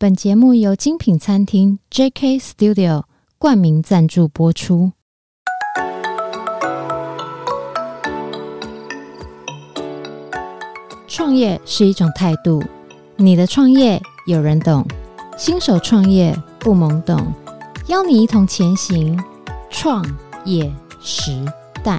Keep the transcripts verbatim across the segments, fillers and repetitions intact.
本节目由精品餐厅 J K Studio 冠名赞助播出。创业是一种态度，你的创业有人懂，新手创业不懵懂，邀你一同前行，创业时代。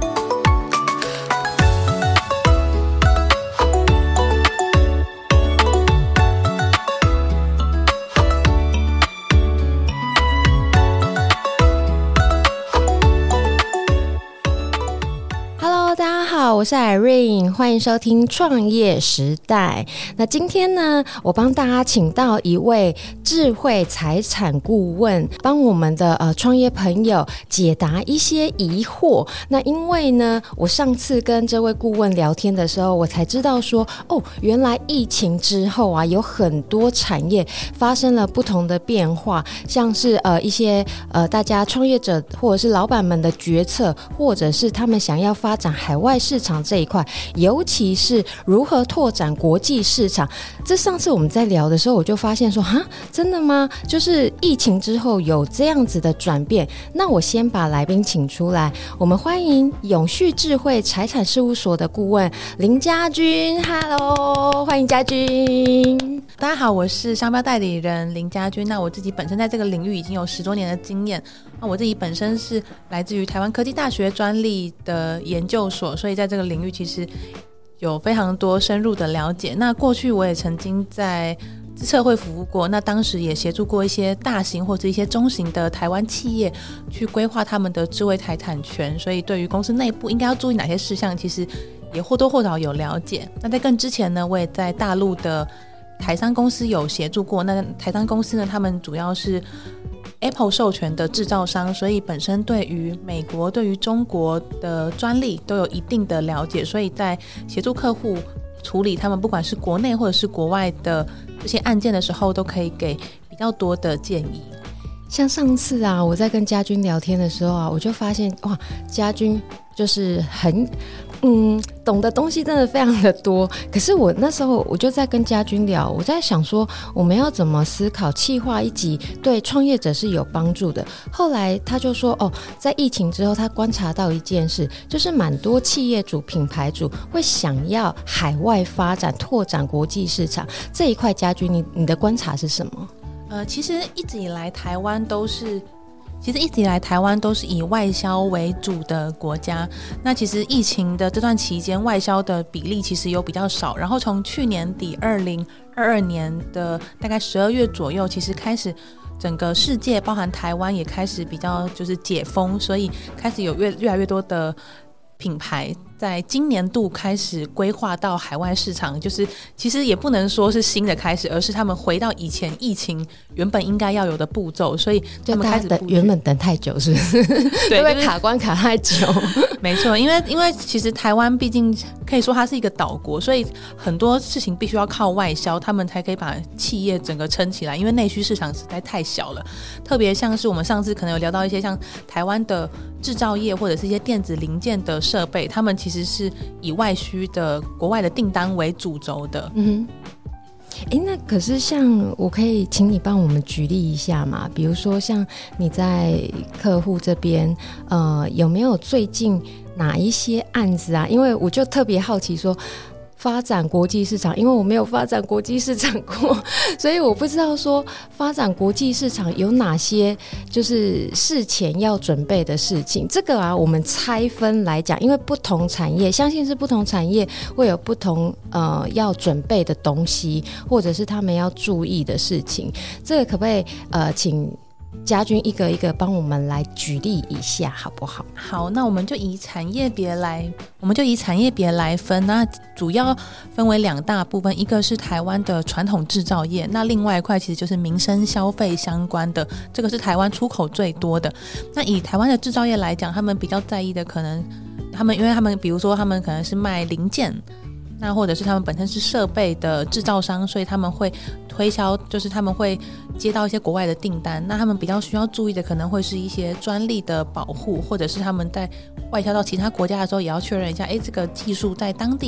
我是 Irene， 欢迎收听创业时代。那今天呢，我帮大家请到一位智慧财产顾问，帮我们的呃创业朋友解答一些疑惑。那因为呢，我上次跟这位顾问聊天的时候，我才知道说，哦，原来疫情之后啊，有很多产业发生了不同的变化，像是呃一些呃大家创业者或者是老板们的决策，或者是他们想要发展海外市场这一块，尤其是如何拓展国际市场。这上次我们在聊的时候，我就发现说，哈，真的吗？就是疫情之后有这样子的转变。那我先把来宾请出来，我们欢迎永续智慧财产事务所的顾问林家君。Hello， 欢迎家君。 大家好，我是商标代理人林家君。那我自己本身在这个领域已经有十多年的经验。那我自己本身是来自于台湾科技大学专利的研究所，所以在这个领域其实有非常多深入的了解。那过去我也曾经在资策会服务过，那当时也协助过一些大型或者一些中型的台湾企业去规划他们的智慧财产权，所以对于公司内部应该要注意哪些事项，其实也或多或少有了解。那在更之前呢，我也在大陆的台商公司有协助过。那台商公司呢，他们主要是 Apple 授权的制造商，所以本身对于美国对于中国的专利都有一定的了解，所以在协助客户处理他们不管是国内或者是国外的这些案件的时候，都可以给比较多的建议。 像上次啊，我在跟家君聊天的时候啊，我就发现哇，家君就是很嗯，懂的东西真的非常的多。可是我那时候我就在跟家君聊，我在想说我们要怎么思考企划一集对创业者是有帮助的。后来他就说，哦，在疫情之后他观察到一件事，就是蛮多企业主品牌主会想要海外发展拓展国际市场这一块。家君 你, 你的观察是什么？ 呃，其实一直以来台湾都是其实一直以来台湾都是以外销为主的国家。那其实疫情的这段期间，外销的比例其实有比较少，然后从去年底二零二二年的大概十二月左右，其实开始整个世界包含台湾也开始比较就是解封，所以开始有越越来越多的品牌在今年度开始规划到海外市场，就是其实也不能说是新的开始，而是他们回到以前疫情原本应该要有的步骤，所以他们开始等原本等太久是不是？对，会不会卡关卡太久？ 没错，因为因为其实台湾毕竟可以说它是一个岛国，所以很多事情必须要靠外销，他们才可以把企业整个撑起来，因为内需市场实在太小了。特别像是我们上次可能有聊到一些像台湾的制造业或者是一些电子零件的设备，他们其实是以外需的国外的订单为主轴的。 嗯哼，诶，那可是像我可以请你帮我们举例一下嘛？比如说像你在客户这边，呃，有没有最近哪一些案子啊？因为我就特别好奇说，发展国际市场，因为我没有发展国际市场过，所以我不知道说发展国际市场有哪些就是事前要准备的事情。这个啊，我们拆分来讲，因为不同产业，相信是不同产业会有不同呃要准备的东西，或者是他们要注意的事情。这个可不可以呃请家君一个一个帮我们来举例一下好不好？ 好，那我们就以产业别来我们就以产业别来分。那主要分为两大部分，一个是台湾的传统制造业，那另外一块其实就是民生消费相关的，这个是台湾出口最多的。那以台湾的制造业来讲，他们比较在意的可能他们因为他们比如说他们可能是卖零件，那或者是他们本身是设备的制造商，所以他们会推销，就是他们会接到一些国外的订单，那他们比较需要注意的可能会是一些专利的保护，或者是他们在外销到其他国家的时候也要确认一下，诶，这个技术在当地它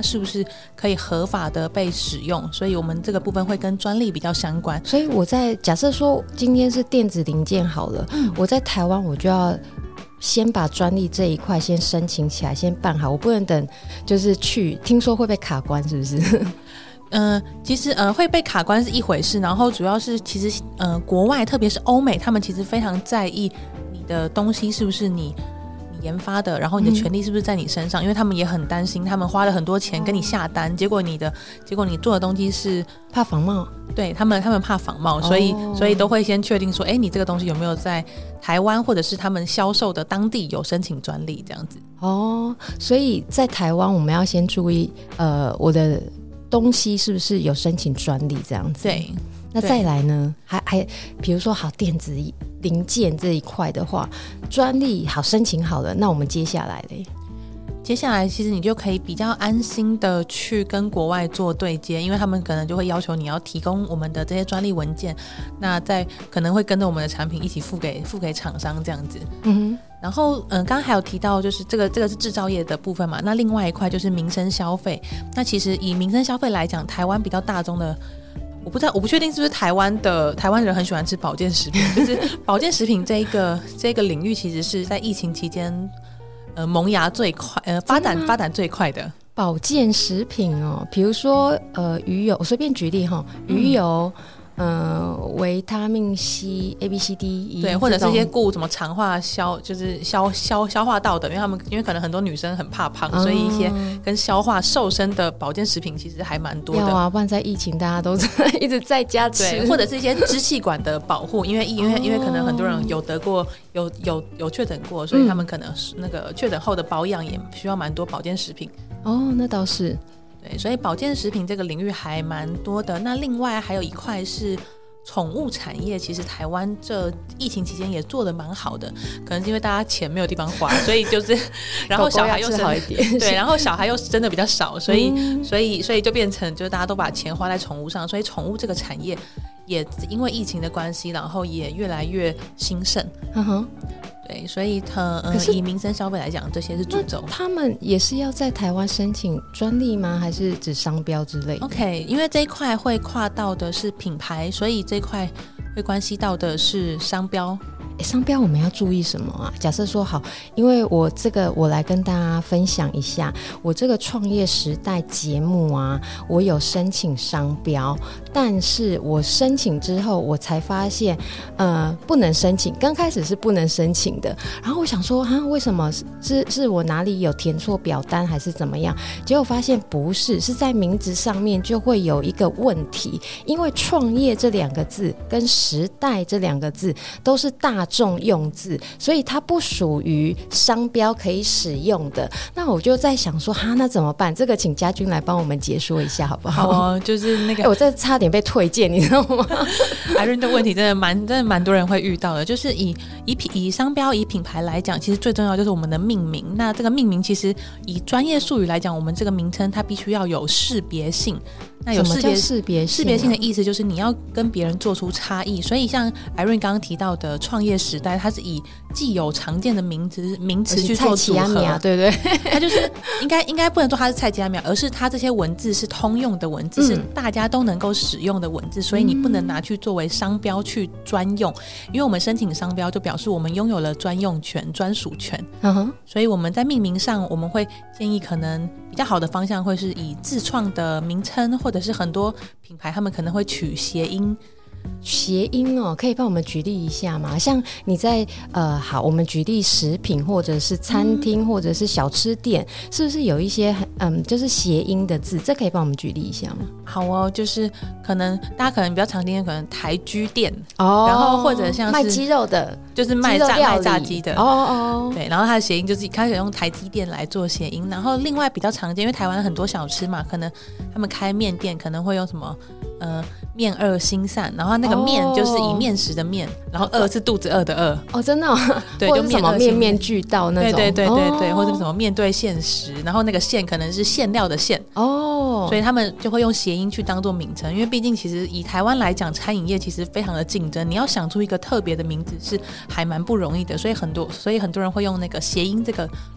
它是不是可以合法的被使用，所以我们这个部分会跟专利比较相关。 所以我在假设说今天是电子零件好了、嗯、我在台湾我就要先把专利这一块先申请起来，先办好，我不能等就是去听说会被卡关是不是？ 呃，其实呃会被卡关是一回事，然后主要是其实呃国外特别是欧美，他们其实非常在意你的东西是不是你你研发的，然后你的权利是不是在你身上、嗯、因为他们也很担心，他们花了很多钱跟你下单、哦、结果你的结果你做的东西是怕仿冒， 对他们他们怕仿冒，所以、哦、所以都会先确定说，哎，你这个东西有没有在台湾或者是他们销售的当地有申请专利这样子。哦， 所以在台湾我们要先注意呃我的东西是不是有申请专利这样子。 对， 那再来呢，还还比如说好电子零件这一块的话，专利好申请好了，那我们接下来嘞？ 接下来其实你就可以比较安心的去跟国外做对接，因为他们可能就会要求你要提供我们的这些专利文件，那再可能会跟着我们的产品一起付给付给厂商这样子。嗯哼。然后嗯，刚刚还有提到就是这个这个是制造业的部分嘛，那另外一块就是民生消费。那其实以民生消费来讲，台湾比较大宗的，我不知道我不确定是不是台湾的台湾人很喜欢吃保健食品，就是保健食品这一个这个领域其实是在疫情期间呃萌芽最快呃发展发展最快的保健食品哦，比如说呃鱼油，我随便举例哈，鱼油。嗯呃，维他命 C、A、B、C、D、E， 对，或者是一些顾什么肠化消，就是消消消化道的，因为他们因为可能很多女生很怕胖，嗯、所以一些跟消化瘦身的保健食品其实还蛮多的。 要啊，不然在疫情大家都一直在家吃， 对，或者是一些支气管的保护，因为因为因为可能很多人有得过，有有有确诊过，所以他们可能那个确诊后的保养也需要蛮多保健食品。 哦，那倒是。 对，所以保健食品这个领域还蛮多的。那另外还有一块是宠物产业，其实台湾这疫情期间也做得蛮好的，可能是因为大家钱没有地方花，所以就是然后小孩又好一点， 对，然后小孩又真的比较少，所以、嗯、所以所以就变成就是大家都把钱花在宠物上，所以宠物这个产业也因为疫情的关系，然后也越来越兴盛。嗯哼。对，所以他呃，以民生消费来讲，这些是主轴。 他们也是要在台湾申请专利吗？还是指商标之类的 ？OK， 因为这一块会跨到的是品牌，所以这一块会关系到的是商标。 商标我们要注意什么啊？假设说好，因为我这个我来跟大家分享一下，我这个创业时代节目啊，我有申请商标，但是我申请之后，我才发现，呃，不能申请。刚开始是不能申请的，然后我想说，哈，为什么是是我哪里有填错表单还是怎么样？结果发现不是，是在名字上面就会有一个问题，因为创业这两个字跟时代这两个字都是大众用字，所以它不属于商标可以使用的。那我就在想说，哈，那怎么办？这个请家军来帮我们解说一下好不好？ 好哦，就是那个， 欸、我这差点被推荐，你知道吗 ？Irene 的问题真的蛮真的蛮多人会遇到的，就是以以品以商标以品牌来讲，其实最重要就是我们的命名。那这个命名其实以专业术语来讲，我们这个名称它必须要有识别性。那有识别识别识别性的意思就是你要跟别人做出差异，所以像 Irene 刚刚提到的创业时代，它是以既有常见的名词名词去做组合， 对不对？ 它就是应该应该不能说它是菜奇亚米亚，而是它这些文字是通用的文字，嗯、是大家都能够使用的文字，所以你不能拿去作为商标去专用，因为我们申请商标就表示我们拥有了专用权、专属权。嗯哼，所以我们在命名上我们会建议可能比较好的方向会是以自创的名称，或者是很多品牌他们可能会取谐音。 谐音哦，可以帮我们举例一下吗？像你在呃，好，我们举例食品或者是餐厅、嗯、或者是小吃店，是不是有一些嗯，就是谐音的字？这可以帮我们举例一下吗？ 好哦，就是可能大家可能比较常听的，可能台居店哦，然后或者像是卖鸡肉的， 就是卖炸卖炸鸡的哦哦， 对，然后它的谐音就是开始用台积电来做谐音，然后另外比较常见，因为台湾很多小吃嘛，可能他们开面店可能会用什么呃面饿心散，然后那个面就是以面食的面，然后饿是肚子饿的饿哦，真的、哦、 对， 就什么面面俱到那种， 对对对对对、哦，或者什么面对现实，然后那个馅可能是馅料的馅哦，所以他们就会用谐音去当做名称，因为毕竟其实以台湾来讲，餐饮业其实非常的竞争，你要想出一个特别的名字是还蛮不容易的，所以很多所以很多人会用那个谐音这个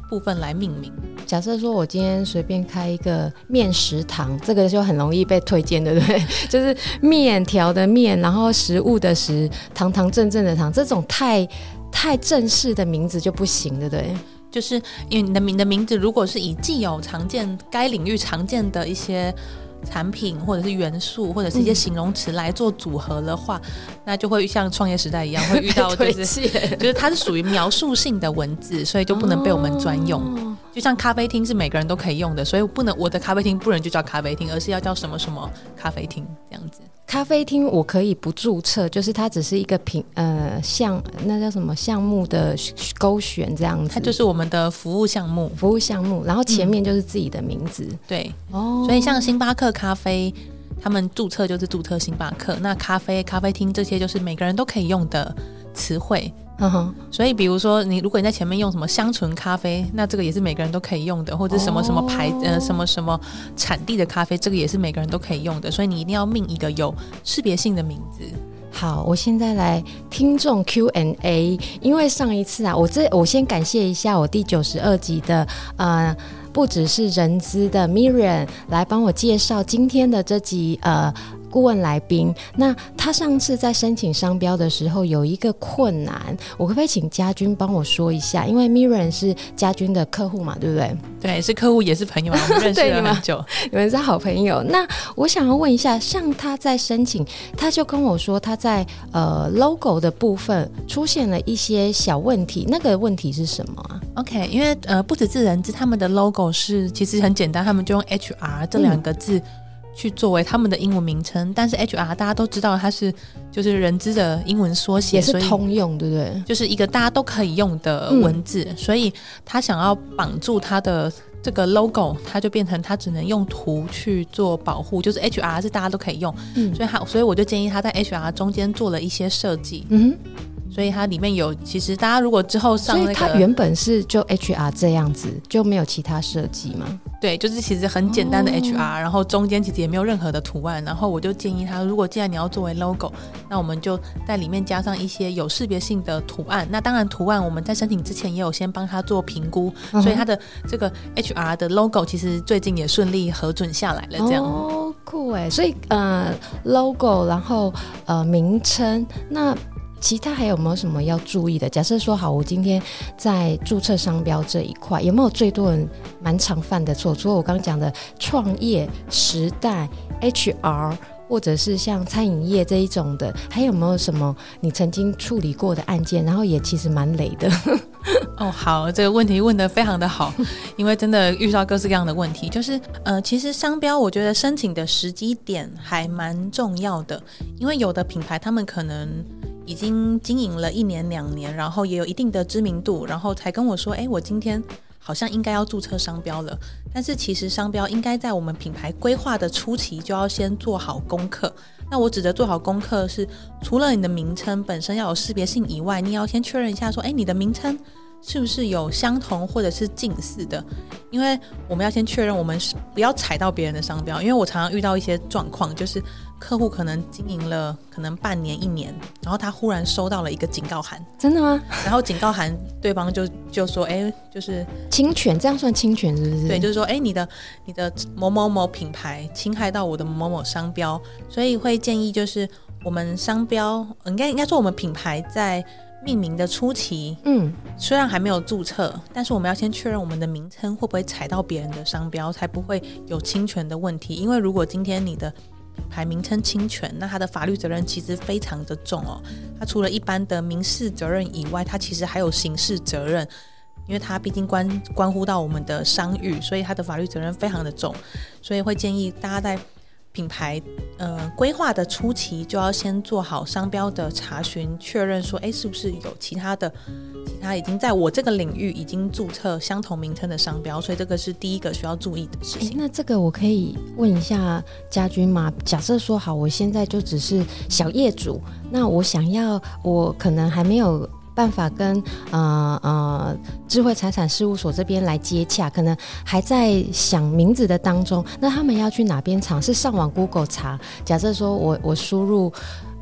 部分来命名。 假设说我今天随便开一个面食堂，这个就很容易被推荐，对不对？就是面条的面，然后食物的食，堂堂正正的堂，这种太太正式的名字就不行，对不对？ 就是因为你的名的名字如果是以既有常见该领域常见的一些产品或者是元素或者是一些形容词来做组合的话、嗯、那就会像创业时代一样会遇到就是就是它是属于描述性的文字，所以就不能被我们专用、哦、就像咖啡厅是每个人都可以用的，所以不能我的咖啡厅不能就叫咖啡厅，而是要叫什么什么咖啡厅这样子。 咖啡厅我可以不注册，就是它只是一个品呃项那叫什么项目的勾选这样子， 它就是我们的服务项目服务项目，然后前面就是自己的名字、嗯、 对哦，所以像星巴克咖啡他们注册就是注册星巴克，那咖啡咖啡厅这些就是每个人都可以用的词汇。Uh huh. 所以比如说你如果你在前面用什么香醇咖啡，那这个也是每个人都可以用的，或者什么什么牌、oh. 呃什么什么产地的咖啡，这个也是每个人都可以用的，所以你一定要命一个有识别性的名字。 好，我现在来听众 Q and A， 因为上一次啊，我这我先感谢一下我第九十二集的呃不只是人资的 Miriam 来帮我介绍今天的这集呃顾问来宾。那他上次在申请商标的时候有一个困难，我可不可以请家军帮我说一下？因为 Miriam 是家军的客户嘛，对不对？ 对，是客户也是朋友，我们认识了很久你们是好朋友。那我想要问一下，像他在申请，他就跟我说他在呃 logo 的部分出现了一些小问题，那个问题是什么啊？ OK， 因为呃不只是人资他们的 logo 是其实很简单，他们就用 H R 这两个字、嗯去作为他们的英文名称，但是 H R 大家都知道它是就是人资的英文缩写， 也是通用，对不对？ 就是一个大家都可以用的文字、嗯、所以他想要绑住他的这个 logo， 他就变成他只能用图去做保护，就是 H R 是大家都可以用、嗯、所以他所以我就建议他在 H R 中间做了一些设计。嗯哼，所以它里面有，其实大家如果之后上那个， 所以它原本是就 H R 这样子，就没有其他设计吗？ 对，就是其实很简单的 H R、哦、然后中间其实也没有任何的图案，然后我就建议他，如果既然你要作为 logo， 那我们就在里面加上一些有识别性的图案。那当然图案我们在申请之前也有先帮他做评估、嗯、所以他的这个 H R 的 logo 其实最近也顺利核准下来了这样。 哦，酷耶。所以呃 logo 然后呃名称，那其他还有没有什么要注意的？假设说好，我今天在注册商标这一块，有没有最多人蛮常犯的错？除了我刚刚讲的创业时代 H R， 或者是像餐饮业这一种的，还有没有什么你曾经处理过的案件，然后也其实蛮雷的？ 哦，好，这个问题问得非常的好，因为真的遇到各式各样的问题，就是呃，其实商标我觉得申请的时机点还蛮重要的，因为有的品牌他们可能已经经营了一年两年，然后也有一定的知名度，然后才跟我说，哎，我今天好像应该要注册商标了。但是其实商标应该在我们品牌规划的初期就要先做好功课。那我指的做好功课是，除了你的名称本身要有识别性以外，你要先确认一下说，哎，你的名称是不是有相同或者是近似的，因为我们要先确认我们不要踩到别人的商标。因为我常常遇到一些状况，就是客户可能经营了可能半年一年，然后他忽然收到了一个警告函。 真的吗？ 然后警告函对方就就说，哎，就是侵权，这样算侵权是不是？ 对，就是说，哎，你的你的某某某品牌侵害到我的某某商标，所以会建议就是我们商标应该应该说我们品牌在命名的初期，嗯，虽然还没有注册，但是我们要先确认我们的名称会不会踩到别人的商标，才不会有侵权的问题。因为如果今天你的品牌名称侵权，那它的法律责任其实非常的重哦。它除了一般的民事责任以外，它其实还有刑事责任，因为它毕竟关关乎到我们的商誉，所以它的法律责任非常的重。所以会建议大家在品牌呃规划的初期就要先做好商标的查询，确认说，哎，是不是有其他的其他已经在我这个领域已经注册相同名称的商标，所以这个是第一个需要注意的事情。 那这个我可以问一下家军吗？假设说好，我现在就只是小业主，那我想要，我可能还没有办法跟呃呃智慧财产事务所这边来接洽，可能还在想名字的当中，那他们要去哪边查？是上网 Google 查？假设说我我输入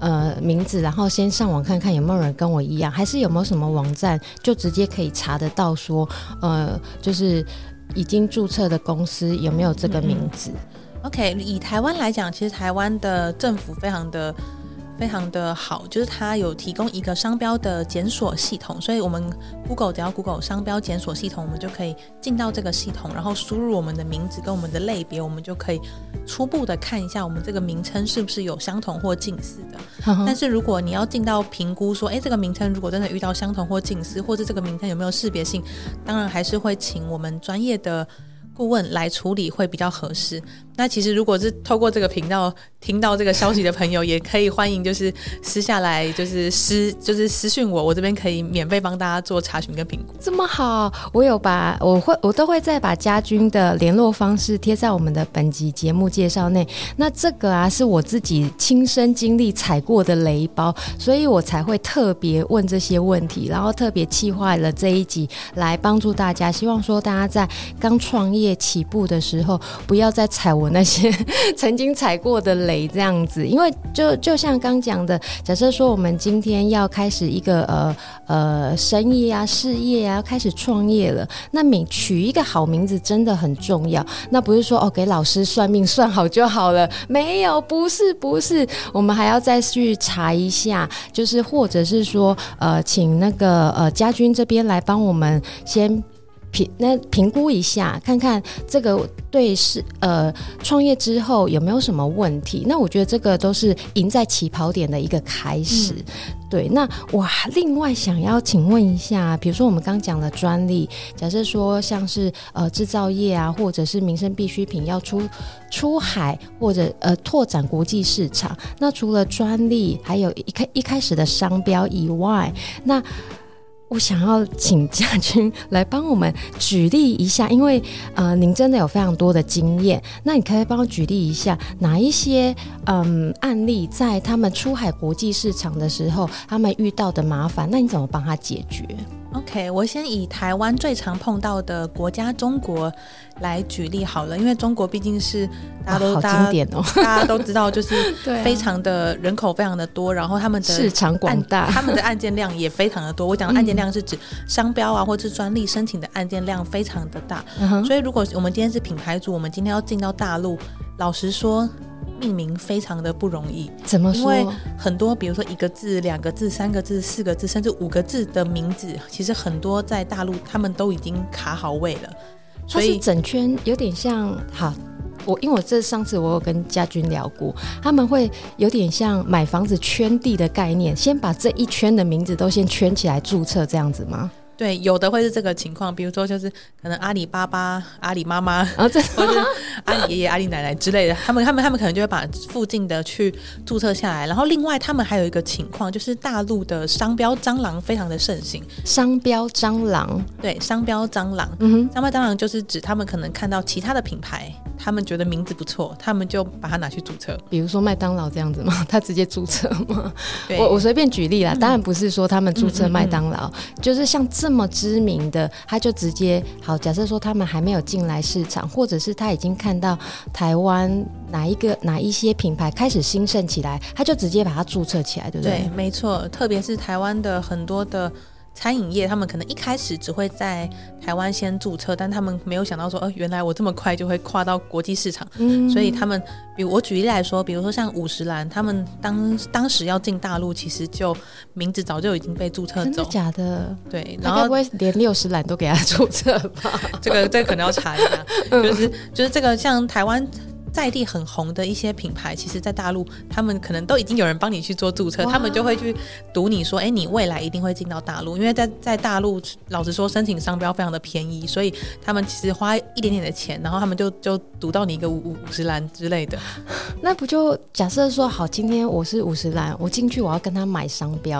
呃名字，然后先上网看看有没有人跟我一样，还是有没有什么网站就直接可以查得到说呃就是已经注册的公司有没有这个名字。嗯嗯 OK， 以台湾来讲，其实台湾的政府非常的非常的好，就是它有提供一个商标的检索系统，所以我们 Google 只要 Google 商标检索系统，我们就可以进到这个系统，然后输入我们的名字跟我们的类别，我们就可以初步的看一下我们这个名称是不是有相同或近似的。嗯、但是如果你要进到评估说，哎，这个名称如果真的遇到相同或近似，或者这个名称有没有识别性，当然还是会请我们专业的顾问来处理会比较合适。那其实如果是透过这个频道听到这个消息的朋友，也可以欢迎就是私下来就是私就是私讯我，我这边可以免费帮大家做查询跟评估。 这么好，我有把我会我都会再把家军的联络方式贴在我们的本集节目介绍内。那这个啊是我自己亲身经历踩过的雷包，所以我才会特别问这些问题，然后特别企划了这一集来帮助大家，希望说大家在刚创业起步的时候不要再踩我那些曾经踩过的雷这样子。因为就就像刚讲的，假设说我们今天要开始一个呃呃生意啊事业啊开始创业了，那你取一个好名字真的很重要。那不是说哦给老师算命算好就好了，没有，不是不是，我们还要再去查一下，就是或者是说呃请那个呃家军这边来帮我们先评那评估一下，看看这个对是呃创业之后有没有什么问题。那我觉得这个都是赢在起跑点的一个开始。嗯、对，那我另外想要请问一下，比如说我们刚讲的专利，假设说像是呃制造业啊，或者是民生必需品要出出海或者呃拓展国际市场，那除了专利，还有一开一开始的商标以外，那我想要请家军来帮我们举例一下，因为呃，您真的有非常多的经验，那你可以帮我举例一下哪一些嗯案例，在他们出海国际市场的时候，他们遇到的麻烦，那你怎么帮他解决？ OK， 我先以台湾最常碰到的国家中国来举例好了，因为中国毕竟是大家都、 哦、好经典哦， 大家都知道，就是非常的人口非常的多，然后他们的市场广大， 他们的案件量也非常的多。我讲的案件量是指商标啊，或是专利申请的案件量非常的大。嗯、所以如果我们今天是品牌主，我们今天要进到大陆，老实说命名非常的不容易。 怎么说？ 因为很多比如说一个字、两个字、三个字、四个字甚至五个字的名字，其实很多在大陆他们都已经卡好位了， 所以它是整圈有点像好我因为我这上次我有跟家军聊过，他们会有点像买房子圈地的概念，先把这一圈的名字都先圈起来注册这样子吗？ 对，有的会是这个情况，比如说就是可能阿里巴巴、阿里妈妈， 哦、 或者阿里爷爷、阿里奶奶之类的，他们他们他们可能就会把附近的去注册下来。然后另外他们还有一个情况，就是大陆的商标蟑螂非常的盛行。 商标蟑螂， 对，商标蟑螂， 嗯哼， 商标蟑螂就是指他们可能看到其他的品牌，他们觉得名字不错，他们就把它拿去注册。 比如说麦当劳这样子吗？他直接注册吗？我我随便举例啦、嗯，当然不是说他们注册麦当劳、嗯嗯嗯，就是像这么知名的，他就直接好。假设说他们还没有进来市场，或者是他已经看到台湾哪一个哪一些品牌开始兴盛起来，他就直接把它注册起来，对不对？ 对，没错。特别是台湾的很多的餐饮业，他们可能一开始只会在台湾先注册，但他们没有想到说，呃，原来我这么快就会跨到国际市场。嗯，所以他们，比如我举例来说，比如说像五十岚，他们当当时要进大陆，其实就名字早就已经被注册走。 真的假的？ 对，然后该不会连六十岚都给他注册吧？ 这个这个可能要查一下，就是就是这个像台湾在地很红的一些品牌，其实在大陆他们可能都已经有人帮你去做注册，他们就会去赌你说，哎，你未来一定会进到大陆，因为在在大陆老实说申请商标非常的便宜，所以他们其实花一点点的钱，然后他们就就赌到你一个五五十岚之类的。 那不就假设说好，今天我是五十岚，我进去我要跟他买商标，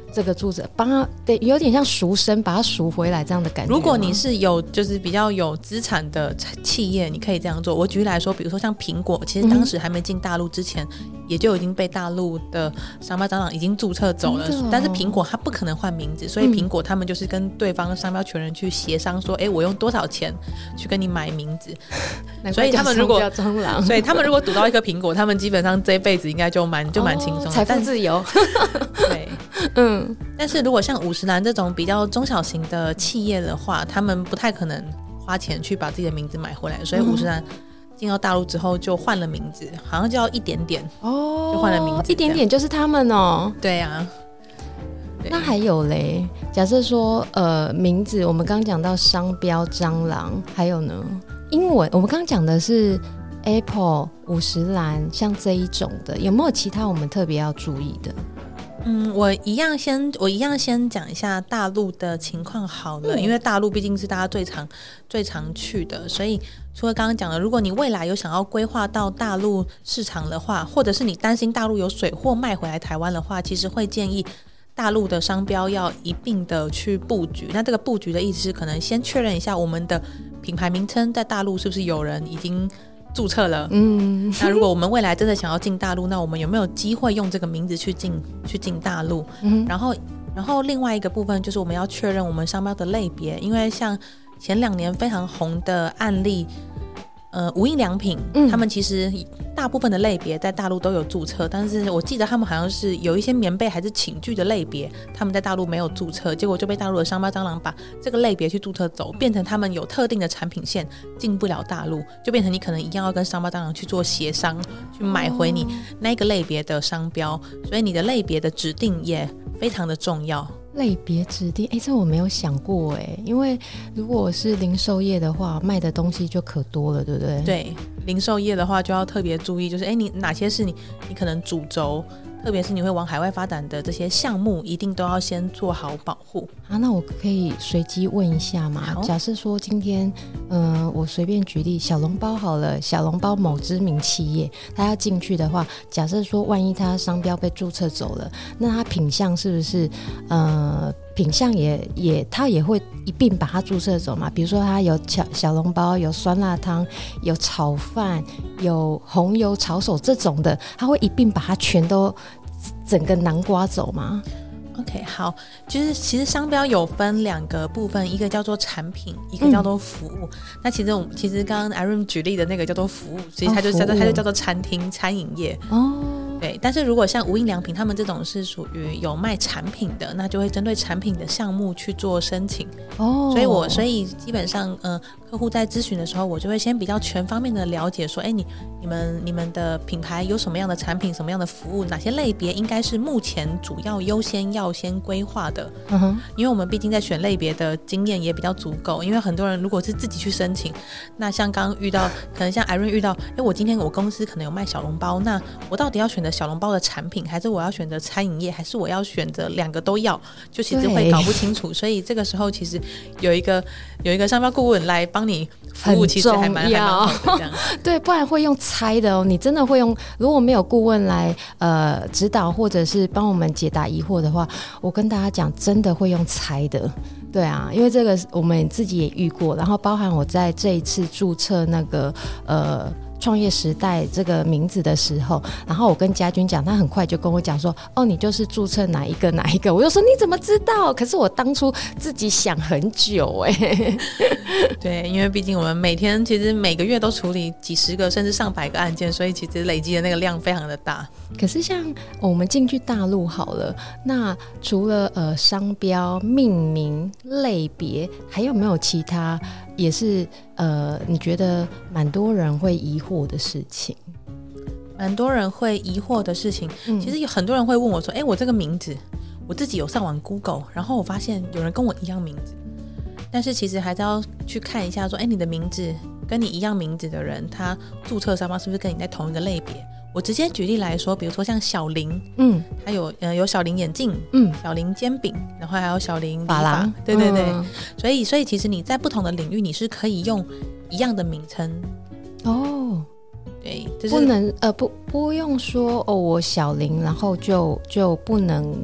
这个注册，帮他对，有点像赎身，把它赎回来这样的感觉。 如果你是有就是比较有资产的企业，你可以这样做。我举例来说，比如说像苹果，其实当时还没进大陆之前、嗯、也就已经被大陆的商标蟑螂已经注册走了、哦、但是苹果它不可能换名字，所以苹果他们就是跟对方商标权人去协商说，哎、嗯，我用多少钱去跟你买名字。所以他们如果蟑螂， 所以他们如果赌到一颗苹果，他们基本上这一辈子应该就蛮就蛮轻松的， 财富自由。 对，嗯。但是如果像五十岚这种比较中小型的企业的话，他们不太可能花钱去把自己的名字买回来，所以五十岚进到大陆之后就换了名字，好像就要一点点哦，就换了名字， 一点点就是他们哦。 对啊。 那还有嘞，假设说呃名字，我们刚刚讲到商标蟑螂，还有呢英文，我们刚刚讲的是 Apple 五十岚，像这一种的，有没有其他我们特别要注意的？ 嗯，我一样先我一样先讲一下大陆的情况好了、嗯、因为大陆毕竟是大家最常最常去的，所以除了刚刚讲的，如果你未来有想要规划到大陆市场的话，或者是你担心大陆有水货卖回来台湾的话，其实会建议大陆的商标要一并的去布局。那这个布局的意思是可能先确认一下我们的品牌名称在大陆是不是有人已经注册了，嗯，那如果我们未来真的想要进大陆，那我们有没有机会用这个名字去进去进大陆、嗯、然后然后另外一个部分就是我们要确认我们商标的类别，因为像前两年非常红的案例呃，无印良品、嗯、他们其实大部分的类别在大陆都有注册，但是我记得他们好像是有一些棉被还是寝具的类别他们在大陆没有注册，结果就被大陆的商标蟑螂把这个类别去注册走，变成他们有特定的产品线进不了大陆，就变成你可能一样要跟商标蟑螂去做协商，去买回你那个类别的商标、哦、所以你的类别的指定也非常的重要。 类别指定，哎，这我没有想过哎，因为如果我是零售业的话，卖的东西就可多了，对不对？ 对，零售业的话就要特别注意，就是哎，你哪些是你你可能主轴，特别是你会往海外发展的这些项目，一定都要先做好保护啊。那我可以随机问一下吗？假设说今天，呃，我随便举例，小笼包好了，小笼包某知名企业，他要进去的话，假设说万一他商标被注册走了，那他品项是不是呃品项也也他也会一并把它注册走嘛？比如说他有小小笼包，有酸辣汤，有炒饭，有红油炒手这种的，他会一并把它全都整个南瓜走吗？ OK， 好，就是其实商标有分两个部分，一个叫做产品，一个叫做服务、嗯、那其实我们其实刚刚 Irene 举例的那个叫做服务，其实它就叫做、哦、它就叫做餐厅餐饮业哦。对，但是如果像无印良品他们这种是属于有卖产品的，那就会针对产品的项目去做申请哦。所以我所以基本上呃客户在咨询的时候，我就会先比较全方面的了解说，哎，你你们你们的品牌有什么样的产品，什么样的服务，哪些类别应该是目前主要优先要先规划的。嗯哼，因为我们毕竟在选类别的经验也比较足够，因为很多人如果是自己去申请，那像刚刚遇到可能像 Irene 遇到，哎，我今天我公司可能有卖小笼包，那我到底要选择小笼包的产品，还是我要选择餐饮业，还是我要选择两个都要，就其实会搞不清楚。所以这个时候其实有一个有一个商标顾问来帮你服务，其实还蛮还蛮好的这样对，不然会用猜的哦。你真的会用，如果没有顾问来呃指导或者是帮我们解答疑惑的话，我跟大家讲，真的会用猜的。对啊，因为这个我们自己也遇过，然后包含我在这一次注册那个呃创业时代这个名字的时候，然后我跟家军讲，他很快就跟我讲说，哦，你就是注册哪一个哪一个，我就说你怎么知道？可是我当初自己想很久哎、欸。 对，因为毕竟我们每天其实每个月都处理几十个甚至上百个案件，所以其实累积的那个量非常的大。 可是像我们进去大陆好了，那除了呃商标、命名、类别，还有没有其他也是呃你觉得蛮多人会疑惑的事情？ 蛮多人会疑惑的事情、嗯、其实有很多人会问我说，哎，我这个名字我自己有上网 Google， 然后我发现有人跟我一样名字，但是其实还是要去看一下说，哎，你的名字跟你一样名字的人，他注册商标是不是跟你在同一个类别？我直接举例来说，比如说像小林，嗯，还有呃有小林眼镜，嗯，小林煎饼，然后还有小林理发，对对对、嗯、所以所以其实你在不同的领域，你是可以用一样的名称哦。对，就是不能呃不不用说哦，我小林，然后就就不能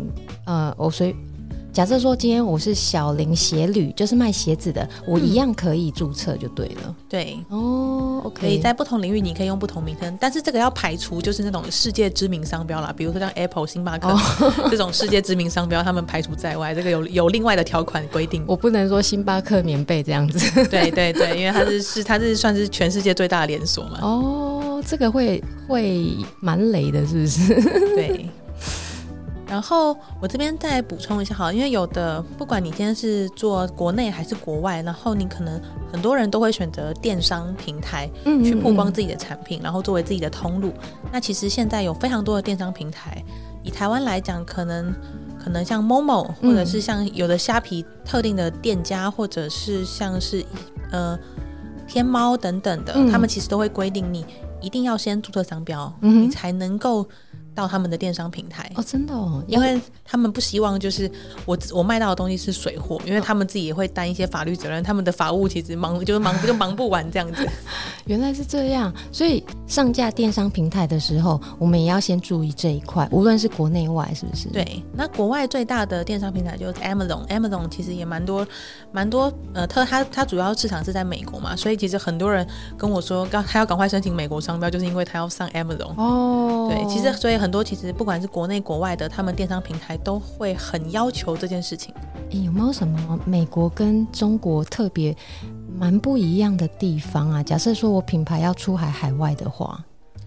呃，我随假设说今天我是小林鞋履，就是卖鞋子的，我一样可以注册就对了。 嗯、对， 哦 ，OK， 所以在不同领域你可以用不同名称，但是这个要排除就是那种世界知名商标啦，比如说像 Apple、星巴克、哦、这种世界知名商标，他们排除在外，这个有有另外的条款规定。 我不能说星巴克棉被这样子。 对对对，因为它是是它是算是全世界最大的连锁嘛。 哦，这个会会蛮雷的，是不是？ 对。然后我这边再补充一下好，因为有的不管你今天是做国内还是国外，然后你可能很多人都会选择电商平台去曝光自己的产品，嗯嗯嗯，然后作为自己的通路。那其实现在有非常多的电商平台，以台湾来讲，可能可能像 Momo 或者是像有的虾皮特定的店家，或者是像是呃天猫等等的，嗯，他们其实都会规定你一定要先注册商标，嗯，你才能够到他们的电商平台。 哦，真的哦， 因为他们不希望就是我我卖到的东西是水货，因为他们自己也会担一些法律责任，他们的法务其实忙就是忙就忙不完这样子。 原来是这样，所以上架电商平台的时候，我们也要先注意这一块，无论是国内外，是不是？ 对，那国外最大的电商平台就是 Amazon，Amazon 其实也蛮多蛮多，呃，它它它主要市场是在美国嘛，所以其实很多人跟我说，他要赶快申请美国商标，就是因为他要上 Amazon。哦，对，其实所以很多其实不管是国内国外的，他们电商平台都会很要求这件事情。 有没有什么美国跟中国特别蛮不一样的地方啊？假设说我品牌要出海海外的话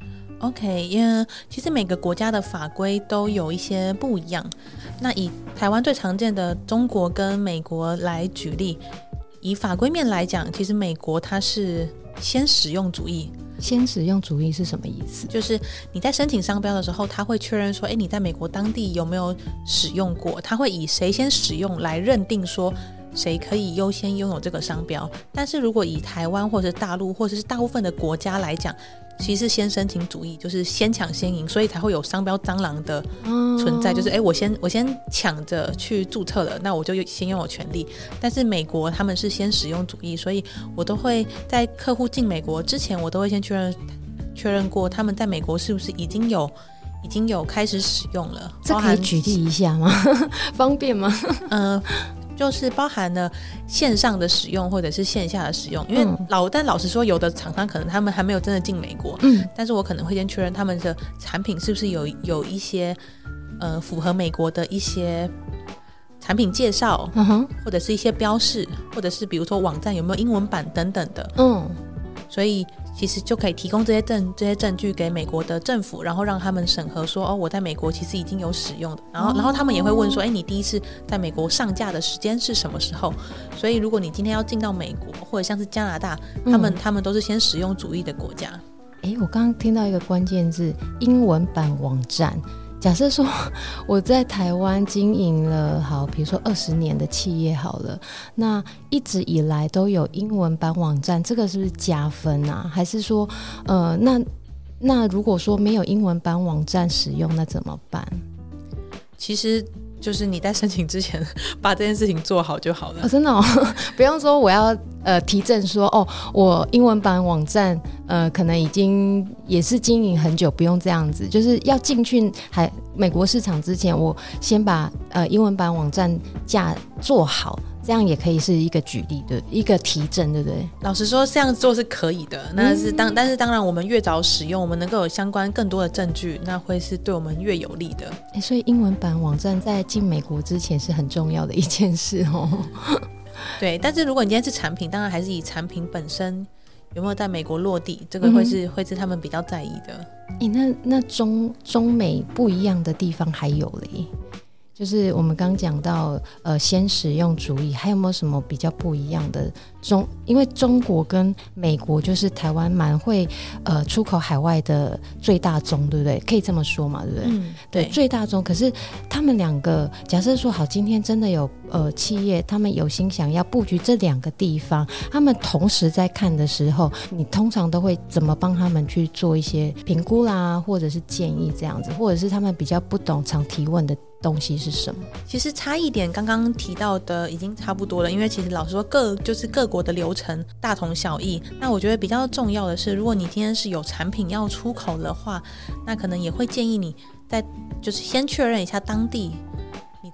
OK， 因为其实每个国家的法规都有一些不一样。那以台湾最常见的中国跟美国来举例，以法规面来讲，其实美国它是先使用主义。 先使用主义是什么意思？ 就是你在申请商标的时候，他会确认说，哎，你在美国当地有没有使用过？他会以谁先使用来认定说谁可以优先拥有这个商标。但是如果以台湾或者是大陆或者是大部分的国家来讲，其实是先申请主义，就是先抢先赢，所以才会有商标蟑螂的存在，哦，就是哎，我先我先抢着去注册了，那我就先拥有权利。但是美国他们是先使用主义，所以我都会在客户进美国之前，我都会先确认确认过他们在美国是不是已经有已经有开始使用了。 这可以举例一下吗？方便吗？ 嗯。就是包含了线上的使用或者是线下的使用，因为老、嗯、但老实说，有的厂商可能他们还没有真的进美国，嗯，但是我可能会先确认他们的产品是不是有有一些呃符合美国的一些产品介绍，嗯哼，或者是一些标示，或者是比如说网站有没有英文版等等的，嗯，所以其实就可以提供这些证这些证据给美国的政府，然后让他们审核说，哦，我在美国其实已经有使用的，然后、哦、然后他们也会问说，哎，你第一次在美国上架的时间是什么时候？所以如果你今天要进到美国或者像是加拿大，他们、嗯、他们都是先使用主义的国家。 哎，我刚刚听到一个关键字，英文版网站。假设说我在台湾经营了好比如说二十年的企业好了，那一直以来都有英文版网站，这个是不是加分啊？还是说呃，那那如果说没有英文版网站使用，那怎么办？ 其实就是你在申请之前把这件事情做好就好了。 哦，真的哦，不用说我要呃提证说哦，我英文版网站呃可能已经也是经营很久，不用这样子，就是要进去还美国市场之前，我先把呃英文版网站架做好。这样也可以是一个举例的一个提证，对不对？ 老实说这样做是可以的，那是当、嗯、但是当然我们越早使用，我们能够有相关更多的证据，那会是对我们越有利的。 欸、所以英文版网站在进美国之前是很重要的一件事哦。 对，但是如果你今天是产品，当然还是以产品本身有没有在美国落地，这个会是、嗯、会是他们比较在意的。 欸、那那中中美不一样的地方还有嘞？就是我们刚讲到呃先使用主义，还有没有什么比较不一样的中？因为中国跟美国就是台湾蛮会呃出口海外的最大宗，对不对？可以这么说嘛，对不对？嗯，对，对，最大宗。可是他们两个，假设说好，今天真的有呃企业，他们有心想要布局这两个地方，他们同时在看的时候，你通常都会怎么帮他们去做一些评估啦，或者是建议这样子，或者是他们比较不懂常提问的东西是什么？ 其实差异点刚刚提到的已经差不多了，因为其实老实说各就是各国的流程大同小异。那我觉得比较重要的是，如果你今天是有产品要出口的话，那可能也会建议你在就是先确认一下当地你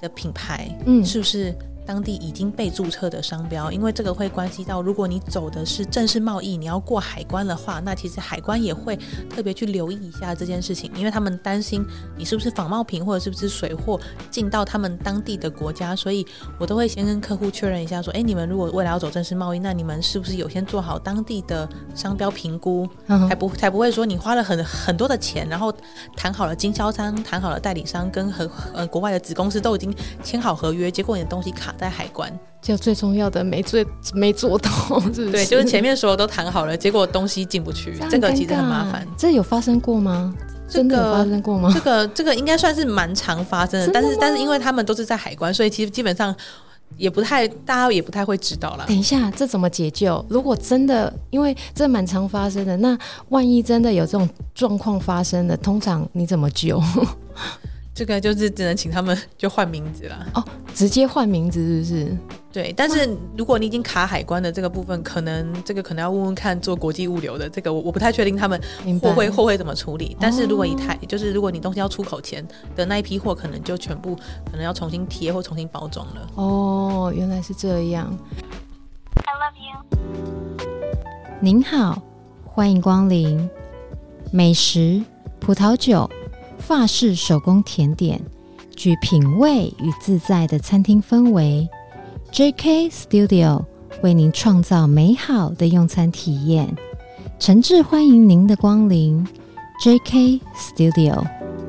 的品牌嗯是不是当地已经被注册的商标，因为这个会关系到如果你走的是正式贸易，你要过海关的话，那其实海关也会特别去留意一下这件事情，因为他们担心你是不是仿冒品或者是不是水货进到他们当地的国家，所以我都会先跟客户确认一下说，哎，你们如果未来要走正式贸易，那你们是不是有先做好当地的商标评估， 嗯才不才不会说你花了很很多的钱，然后谈好了经销商，谈好了代理商，跟和呃国外的子公司都已经签好合约，结果你的东西卡在海关， 就最重要的没做没做到，是不是？ 对，就是前面所有都谈好了，结果东西进不去，这个其实很麻烦。 这有发生过吗？真的有发生过吗？ 这个这个应该算是蛮常发生的，但是但是因为他们都是在海关，所以其实基本上也不太，大家也不太会知道啦。 等一下，这怎么解救？如果真的，因为这蛮常发生的，那万一真的有这种状况发生的，通常你怎么救？ 这个就是只能请他们就换名字啦。 哦，直接换名字是不是？ 对，但是如果你已经卡海关的这个部分，可能这个可能要问问看做国际物流的这个，我我不太确定他们货会货会怎么处理。但是如果以台、哦、就是如果你东西要出口前的那一批货，可能就全部可能要重新贴或重新包装了。 哦，原来是这样。 I love you。 您好，欢迎光临。美食、葡萄酒、法式手工甜点，具品味与自在的餐厅氛围。J K Studio 为您创造美好的用餐体验，诚挚欢迎您的光临。J K Studio。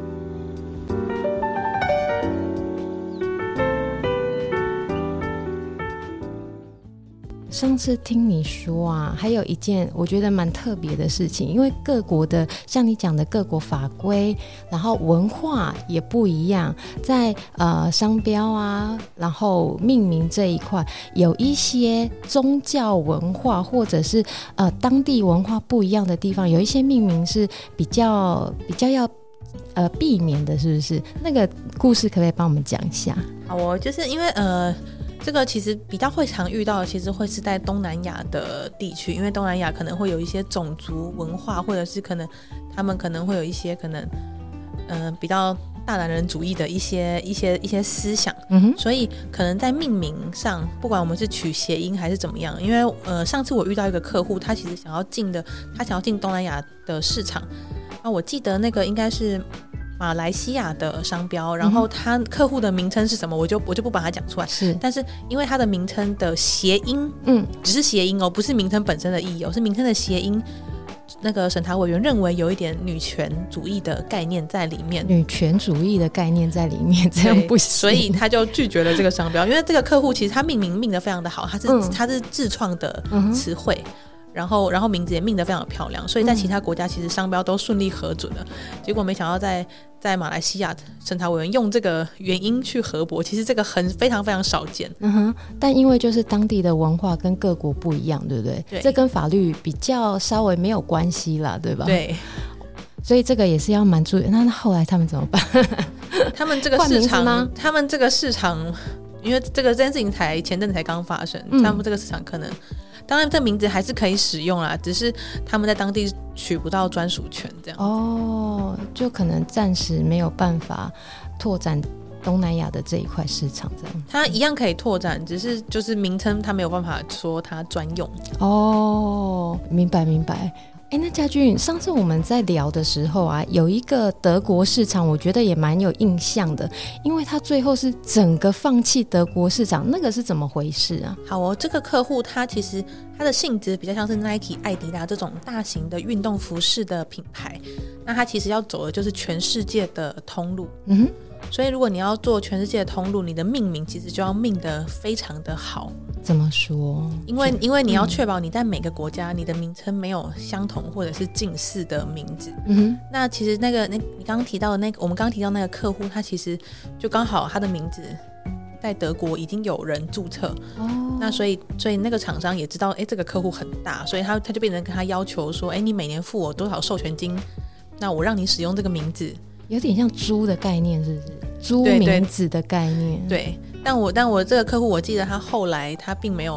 上次听你说啊，还有一件我觉得蛮特别的事情，因为各国的像你讲的各国法规，然后文化也不一样，在呃商标啊，然后命名这一块，有一些宗教文化或者是呃当地文化不一样的地方，有一些命名是比较比较要呃避免的，是不是？那个故事可不可以帮我们讲一下？ 好哦，就是因为呃。这个其实比较会常遇到的，其实会是在东南亚的地区，因为东南亚可能会有一些种族文化，或者是可能他们可能会有一些可能呃比较大男人主义的一些一些一些思想，嗯哼，所以可能在命名上，不管我们是取谐音还是怎么样，因为呃上次我遇到一个客户，他其实想要进的，他想要进东南亚的市场，啊，我记得那个应该是马来西亚的商标，然后他客户的名称是什么，我就我就不把它讲出来。是，但是因为他的名称的谐音，嗯，只是谐音哦，不是名称本身的意义哦，是名称的谐音。那个审查委员认为有一点女权主义的概念在里面， 女权主义的概念在里面，这样不行， 所以他就拒绝了这个商标。因为这个客户其实他命名命得非常的好，他是、嗯、他是自创的词汇。嗯，然后，然后名字也命得非常漂亮，所以在其他国家其实商标都顺利核准了。嗯、结果没想到在在马来西亚审查委员用这个原因去核驳，其实这个很非常非常少见。 嗯哼，但因为就是当地的文化跟各国不一样，对不对？对，这跟法律比较稍微没有关系啦，对吧？ 对， 所以这个也是要蛮注意。那后来他们怎么办？ 他们这个市场，他们这个市场，因为这个这件事情才前阵子才刚发生，嗯、他们这个市场可能。当然这名字还是可以使用啦，只是他们在当地取不到专属权这样。 哦，就可能暂时没有办法拓展东南亚的这一块市场这样。 它一样可以拓展，只是就是名称它没有办法说它专用。 哦，明白明白。哎，那家俊，上次我们在聊的时候啊，有一个德国市场，我觉得也蛮有印象的，因为他最后是整个放弃德国市场，那个是怎么回事啊？ 好哦，这个客户他其实他的性质比较像是 Nike、艾迪达这种大型的运动服饰的品牌，那他其实要走的就是全世界的通路。嗯哼。所以如果你要做全世界的通路，你的命名其实就要命得非常的好。 怎么说？ 因为因为你要确保你在每个国家、嗯、你的名称没有相同或者是近似的名字。嗯哼。那其实那个那你刚刚提到的那个，我们刚刚提到那个客户，他其实就刚好他的名字在德国已经有人注册。哦。那所以所以那个厂商也知道，哎，这个客户很大，所以他他就变成跟他要求说，哎，你每年付我多少授权金，那我让你使用这个名字。 有点像租的概念，是不是？租名字的概念。 对，对，但我但我这个客户，我记得他后来他并没有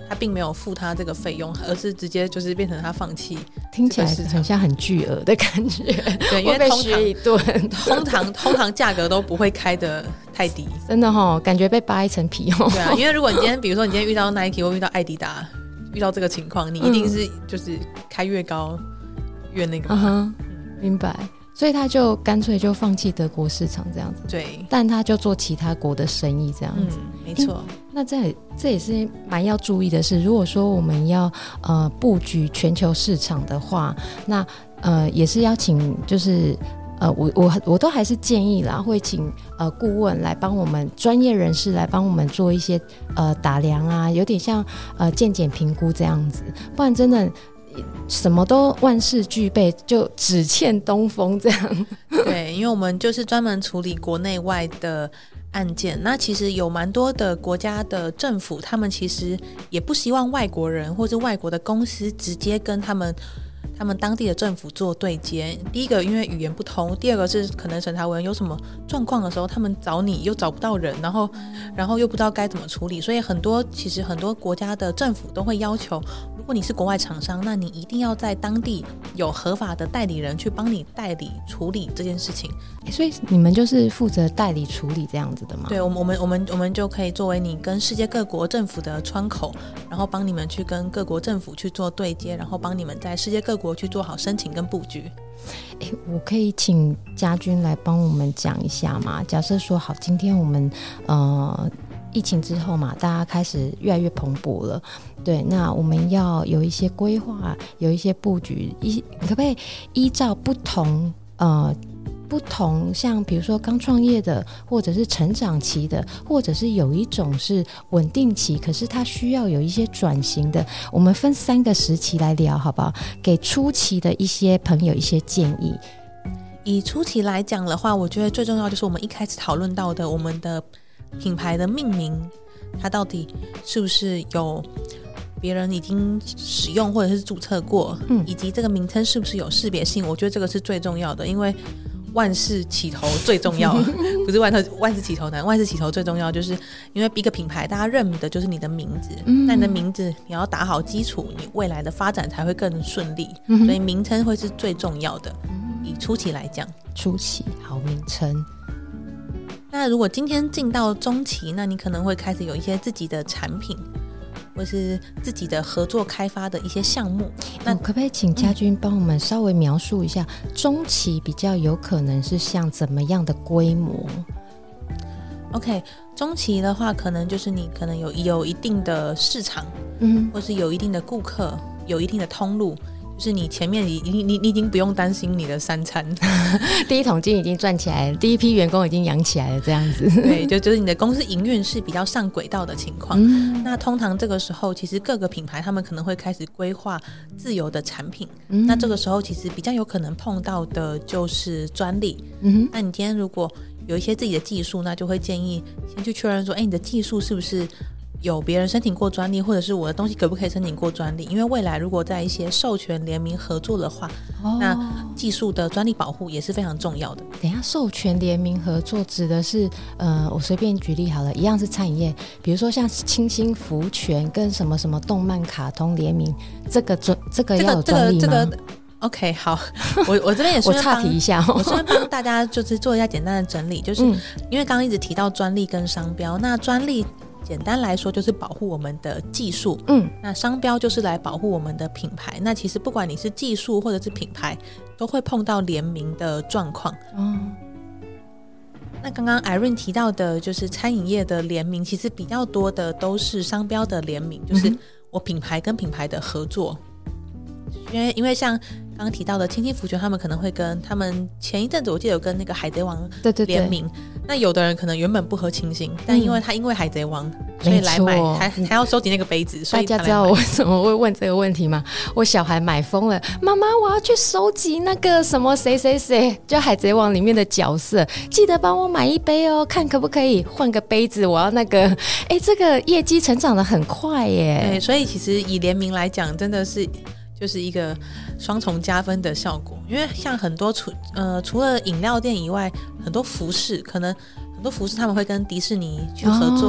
他并没有付他这个费用，而是直接就是变成他放弃。 听起来很像很巨额的感觉， 对，因为通常一顿通常通常价格都不会开得太低， 真的齁，感觉被扒一层皮齁。 对啊，因为如果你今天比如说你今天遇到 Nike 或遇到艾迪达，遇到这个情况，你一定是就是开越高越那个嘛。 嗯哼，明白。所以他就干脆就放弃德国市场这样子， 对， 但他就做其他国的生意这样子， 嗯、没错。 那这这也是蛮要注意的是，如果说我们要呃布局全球市场的话，那呃也是要请就是呃我我我都还是建议啦，会请呃顾问来帮我们专业人士来帮我们做一些呃打量啊，有点像呃健检评估这样子，不然真的。什么都万事俱备，就只欠东风这样。 对，因为我们就是专门处理国内外的案件，那其实有蛮多的国家的政府，他们其实也不希望外国人或是外国的公司直接跟他们他们当地的政府做对接。第一个因为语言不通，第二个是可能审查委员有什么状况的时候，他们找你又找不到人，然后然后又不知道该怎么处理，所以很多其实很多国家的政府都会要求，如果你是国外厂商，那你一定要在当地有合法的代理人去帮你代理处理这件事情。 所以你们就是负责代理处理这样子的吗？ 对，我们我们我们我们就可以作为你跟世界各国政府的窗口，然后帮你们去跟各国政府去做对接，然后帮你们在世界各国去做好申请跟布局。 欸、我可以请家军来帮我们讲一下吗？假设说好，今天我们呃疫情之后嘛，大家开始越来越蓬勃了，对，那我们要有一些规划，有一些布局，一你可不可以依照不同呃不同，像比如说刚创业的，或者是成长期的，或者是有一种是稳定期，可是它需要有一些转型的，我们分三个时期来聊好不好？给初期的一些朋友一些建议。 以初期来讲的话，我觉得最重要就是我们一开始讨论到的我们的品牌的命名，它到底是不是有别人已经使用或者是注册过、嗯、以及这个名称是不是有识别性，我觉得这个是最重要的，因为万事起头最重要不是万万事起头难，万事起头最重要，就是因为一个品牌大家认的就是你的名字、嗯、那你的名字你要打好基础，你未来的发展才会更顺利、嗯、所以名称会是最重要的、嗯、以初期来讲。 初期好，名称。 那如果今天进到中期，那你可能会开始有一些自己的产品或是自己的合作开发的一些项目。那、 哦、可不可以请家军帮我们稍微描述一下、嗯、中期比较有可能是像怎么样的规模？ OK， 中期的话可能就是你可能有有一定的市场，嗯，或是有一定的顾客，有一定的通路，就是你前面你你你已经不用担心你的三餐第一桶金已经赚起来了，第一批员工已经养起来了这样子对，就就是你的公司营运是比较上轨道的情况、嗯、那通常这个时候其实各个品牌他们可能会开始规划自有的产品、嗯、那这个时候其实比较有可能碰到的就是专利、嗯、那你今天如果有一些自己的技术，那就会建议先去确认说，哎，你的技术是不是有别人申请过专利，或者是我的东西可不可以申请过专利，因为未来如果在一些授权联名合作的话、哦、那技术的专利保护也是非常重要的。 等一下，授权联名合作指的是呃，我随便举例好了，一样是餐饮业，比如说像清新福泉跟什么什么动漫卡通联名，这个这个要有专利吗？这个这个 OK， 好，我我这边也是我岔题一下、哦、 我顺便帮大家就是做一下简单的整理，就是因为刚刚一直提到专利跟商标，那专利简单来说就是保护我们的技术，嗯，那商标就是来保护我们的品牌。那其实不管你是技术或者是品牌，都会碰到联名的状况。哦，那刚刚 Irene 提到的就是餐饮业的联名，其实比较多的都是商标的联名，就是我品牌跟品牌的合作。因为因为像刚刚提到的清新福泉，他们可能会跟他们前一阵子我记得有跟那个海贼王联名，对对对，那有的人可能原本不喝清新、嗯、但因为他因为海贼王所以来买，还还要收集那个杯子，所以大家知道我为什么会问这个问题吗？我小孩买疯了，妈妈我要去收集那个什么谁谁谁，就海贼王里面的角色，记得帮我买一杯哦，看可不可以换个杯子，我要那个，哎，这个业绩成长得很快耶。 对，所以其实以联名来讲真的是就是一个双重加分的效果，因为像很多除呃除了饮料店以外，很多服饰可能很多服饰他们会跟迪士尼去合作，哦、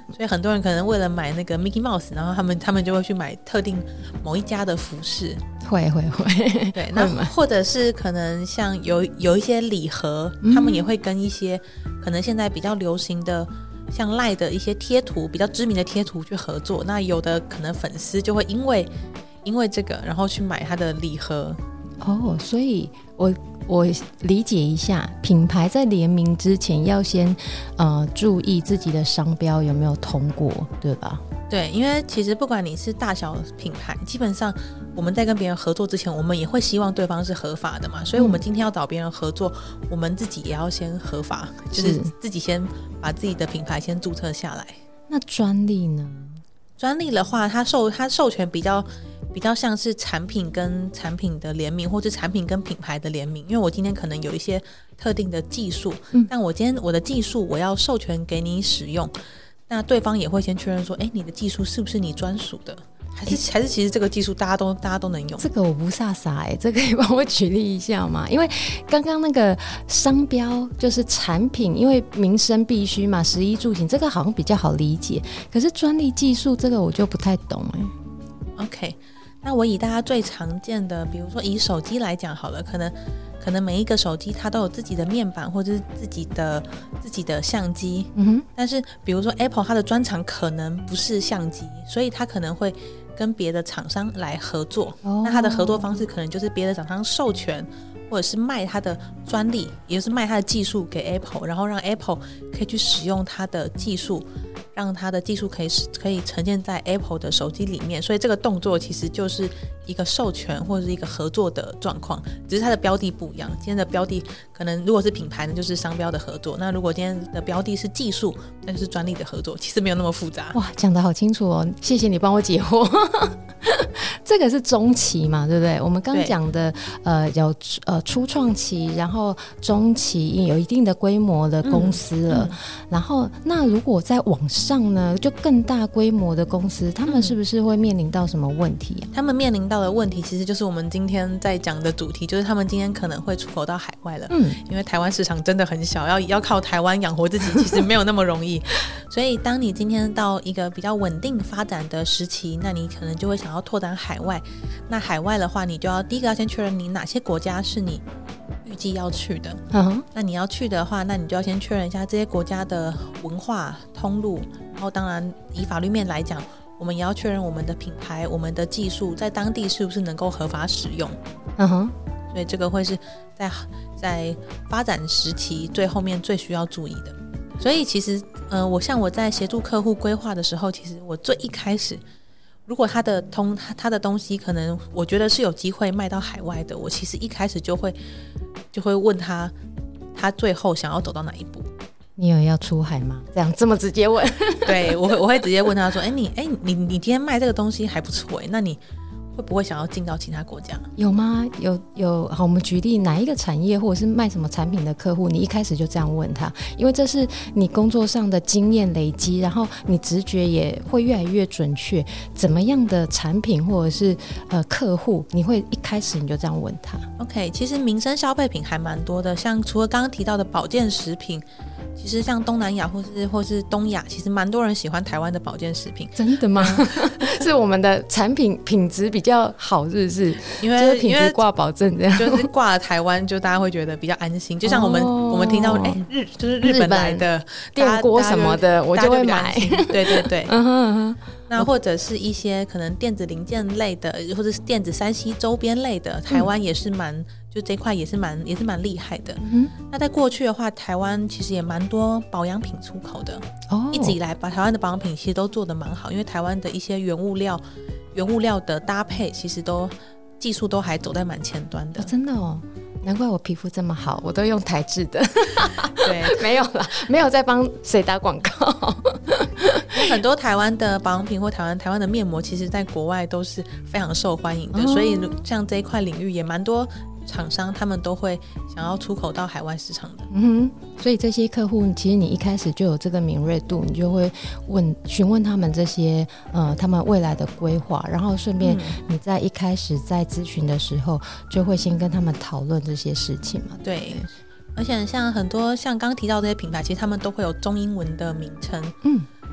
所以很多人可能为了买那个 Mickey Mouse， 然后他们他们就会去买特定某一家的服饰。 会会会， 对，那或者是可能像有有一些礼盒， 嗯、 他们也会跟一些可能现在比较流行的像赖的一些贴图，比较知名的贴图去合作。那有的可能粉丝就会因为因为这个，然后去买他的礼盒。 哦，所以我我理解一下，品牌在联名之前要先呃注意自己的商标有没有通过，对吧？ 对，因为其实不管你是大小品牌，基本上我们在跟别人合作之前，我们也会希望对方是合法的嘛，所以我们今天要找别人合作，嗯、我们自己也要先合法，就是自己先把自己的品牌先注册下来。 那专利呢？ 专利的话，它授它授权比较比较像是产品跟产品的联名，或是产品跟品牌的联名。因为我今天可能有一些特定的技术，嗯、但我今天我的技术我要授权给你使用。那对方也会先确认说，哎，你的技术是不是你专属的，还是还是其实这个技术大家都大家都能用？ 这个我不傻傻哎，这个可以帮我举例一下吗？因为刚刚那个商标就是产品，因为民生必须嘛，食衣住行这个好像比较好理解，可是专利技术这个我就不太懂哎。 OK， 那我以大家最常见的，比如说以手机来讲好了，可能。可能每一个手机它都有自己的面板或者是自己的自己的相机，嗯哼，但是比如说 Apple 它的专长可能不是相机，所以它可能会跟别的厂商来合作，哦、那它的合作方式可能就是别的厂商授权或者是卖它的专利，也就是卖它的技术给 Apple， 然后让 Apple 可以去使用它的技术，让它的技术可以可以呈现在 Apple 的手机里面，所以这个动作其实就是一个授权或者是一个合作的状况，只是它的标的不一样。今天的标的可能如果是品牌呢，就是商标的合作；那如果今天的标的是技术，那就是专利的合作，其实没有那么复杂。 哇，讲得好清楚哦，谢谢你帮我解惑。这个是中期嘛，对不对？我们刚讲的呃有呃初创期，然后中期有一定的规模的公司了，嗯嗯、然后那如果再往上呢，就更大规模的公司，他们是不是会面临到什么问题啊？ 他们面临到的问题其实就是我们今天在讲的主题，就是他们今天可能会出口到海外了，嗯，因为台湾市场真的很小，要要靠台湾养活自己其实没有那么容易，所以当你今天到一个比较稳定发展的时期，那你可能就会想要拓展海外。那海外的话，你就要第一个要先确认你哪些国家是你预计要去的，嗯，那你要去的话，那你就要先确认一下这些国家的文化通路，然后当然以法律面来讲，我们也要确认我们的品牌、我们的技术在当地是不是能够合法使用，嗯哼，所以这个会是在在发展时期最后面最需要注意的。所以其实，呃，我像我在协助客户规划的时候，其实我最一开始。如果他的通他他的东西可能我觉得是有机会卖到海外的，我其实一开始就会就会问他，他最后想要走到哪一步？ 你有要出海吗？这样这么直接问？ 对，我会我会直接问他说，哎、欸，你哎、欸、你你今天卖这个东西还不错哎，那你会不会想要进到其他国家？ 有吗？有有。好，我们举例哪一个产业或者是卖什么产品的客户，你一开始就这样问他，因为这是你工作上的经验累积，然后你直觉也会越来越准确。怎么样的产品或者是呃客户，你会一开始你就这样问他 ？OK， 其实民生消费品还蛮多的，像除了刚刚提到的保健食品。其实像东南亚或是或是东亚，其实蛮多人喜欢台湾的保健食品。 真的吗？是我们的产品品质比较好，是不是？ 因为就是品质挂保证这样， 就是挂了台湾，就大家会觉得比较安心。就像我们、哦、我们听到哎、欸、日就是日本来的电锅什么的，我就会买。 对对对。嗯哼嗯哼。那或者是一些可能电子零件类的，或者是电子三 C 周边类的，台湾也是蛮、嗯、就这块也是蛮也是蛮厉害的、嗯。那在过去的话，台湾其实也蛮多保养品出口的。哦，一直以来把台湾的保养品其实都做得蛮好，因为台湾的一些原物料原物料的搭配，其实都技术都还走在蛮前端的。 哦、真的哦。难怪我皮肤这么好，我都用台制的。 对， 没有啦，没有在帮谁打广告。 很多台湾的保养品或台湾台湾的面膜，其实在国外都是非常受欢迎的，哦、所以像这一块领域也蛮多厂商他们都会想要出口到海外市场的。 嗯哼，所以这些客户其实你一开始就有这个敏锐度，你就会问询问他们这些呃他们未来的规划，然后顺便你在一开始在咨询的时候就会先跟他们讨论这些事情嘛。 对，对，而且像很多像刚提到这些品牌，其实他们都会有中英文的名称。嗯。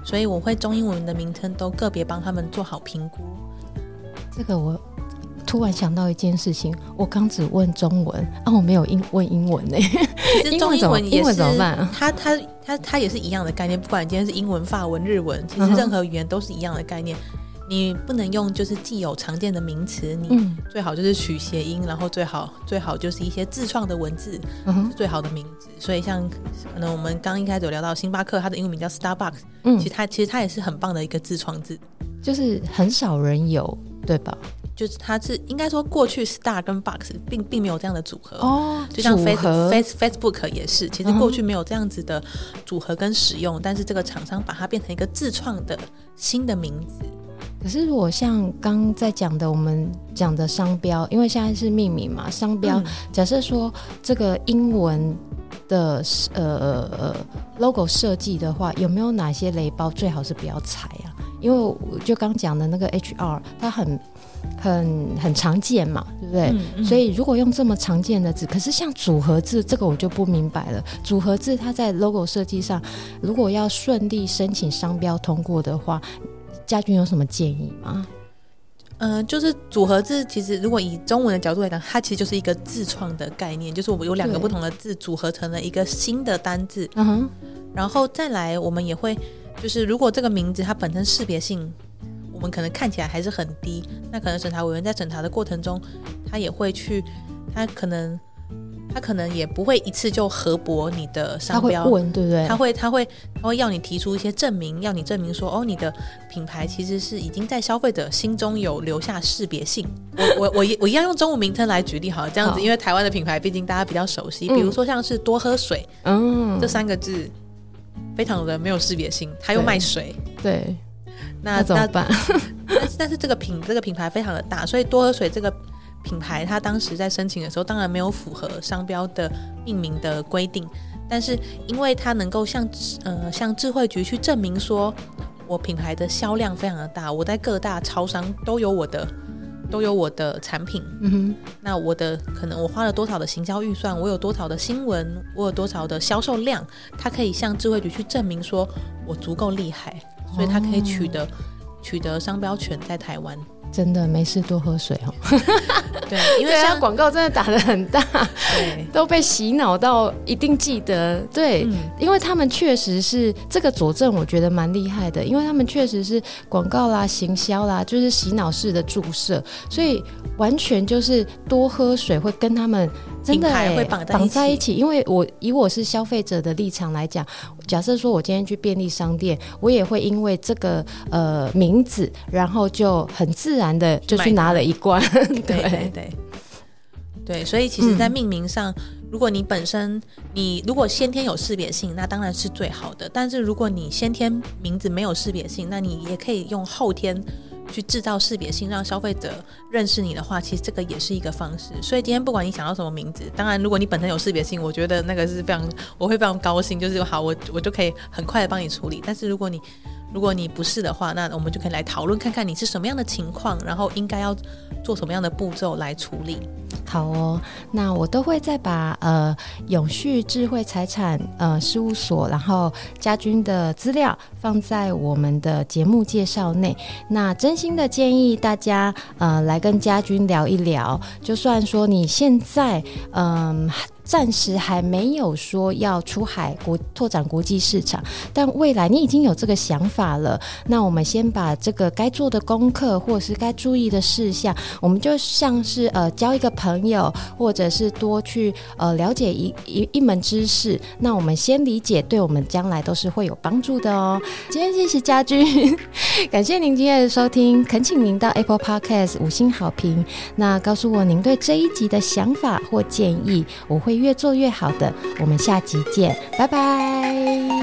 所以我会中英文的名称都个别帮他们做好评估。 这个我突然想到一件事情，我刚只问中文啊，我没有英问英文呢、欸。 其实中英文也是， 英文怎么办啊？ 它它它它也是一样的概念，不管你今天是英文、法文、日文，其实任何语言都是一样的概念。嗯、你不能用就是既有常见的名词，你最好就是取谐音，然后最好最好就是一些自创的文字，嗯、是最好的名字。所以像可能我们刚一开始有聊到星巴克，它的英文名叫 Starbucks，嗯，其实它其实它也是很棒的一个自创字，就是很少人有，对吧？ 就是它是应该说过去 Star 跟 Box 并并没有这样的组合哦， 就像 Face, Face, Facebook 也是，其实过去没有这样子的组合跟使用，嗯、但是这个厂商把它变成一个自创的新的名字。 可是如果像刚在讲的我们讲的商标，因为现在是命名嘛，商标、嗯、假设说这个英文的呃呃 logo 设计的话，有没有哪些雷包最好是不要踩啊？因为我就刚讲的那个 H R 它很很很常见嘛，对不对、嗯嗯、所以如果用这么常见的字，可是像组合字这个我就不明白了，组合字它在 logo 设计上如果要顺利申请商标通过的话，家军有什么建议吗？ 嗯、呃，就是组合字其实如果以中文的角度来讲，它其实就是一个自创的概念，就是我们有两个不同的字组合成了一个新的单字，嗯哼，然后再来我们也会就是如果这个名字它本身识别性我们可能看起来还是很低，那可能审查委员在审查的过程中他也会去他可能他可能也不会一次就核驳你的商标， 他会问对不对？ 他会他会他会要你提出一些证明，要你证明说哦，你的品牌其实是已经在消费者心中有留下识别性。我我我我一样用中文名称来举例好了，这样子，因为台湾的品牌毕竟大家比较熟悉，比如说像是多喝水，嗯，这三个字非常的没有识别性，他又卖水， 对。对那, 那怎么办？ 但是但是这个品这个品牌非常的大，所以多喝水这个品牌它当时在申请的时候当然没有符合商标的命名的规定，但是因为它能够向呃向智慧局去证明说我品牌的销量非常的大，我在各大超商都有我的都有我的产品，嗯哼，那我的可能我花了多少的行销预算，我有多少的新闻，我有多少的销售量，它可以向智慧局去证明说我足够厉害，所以它可以取得、哦、取得商标权在台湾。 真的没事多喝水哦。 对，因为像广告真的打得很大，对，都被洗脑到一定记得。对、嗯，因为他们确实是这个佐证，我觉得蛮厉害的，因为他们确实是广告啦、行销啦，就是洗脑式的注射，所以完全就是多喝水会跟他们真的、欸、 会绑在, 绑在一起。因为我以我是消费者的立场来讲，假设说我今天去便利商店，我也会因为这个呃名字，然后就很自然的就去拿了一罐。 对对对对，所以其实在命名上、嗯、如果你本身你如果先天有识别性，那当然是最好的，但是如果你先天名字没有识别性，那你也可以用后天去制造识别性，让消费者认识你的话，其实这个也是一个方式。所以今天不管你想要什么名字，当然如果你本身有识别性，我觉得那个是非常我会非常高兴，就是好我我就可以很快的帮你处理。但是如果你如果你不是的话，那我们就可以来讨论看看你是什么样的情况，然后应该要做什么样的步骤来处理。 好哦，那我都会再把呃永续智慧财产呃事务所，然后家军的资料放在我们的节目介绍内。那真心的建议大家呃来跟家军聊一聊，就算说你现在嗯。呃暂时还没有说要出海国拓展国际市场，但未来你已经有这个想法了，那我们先把这个该做的功课或者是该注意的事项，我们就像是呃交一个朋友，或者是多去呃了解一一一门知识，那我们先理解，对我们将来都是会有帮助的哦。今天谢谢家军，感谢您今天的收听，恳请您到 Apple Podcast 五星好评，那告诉我您对这一集的想法或建议，我会越做越好的。我们下集见，拜拜。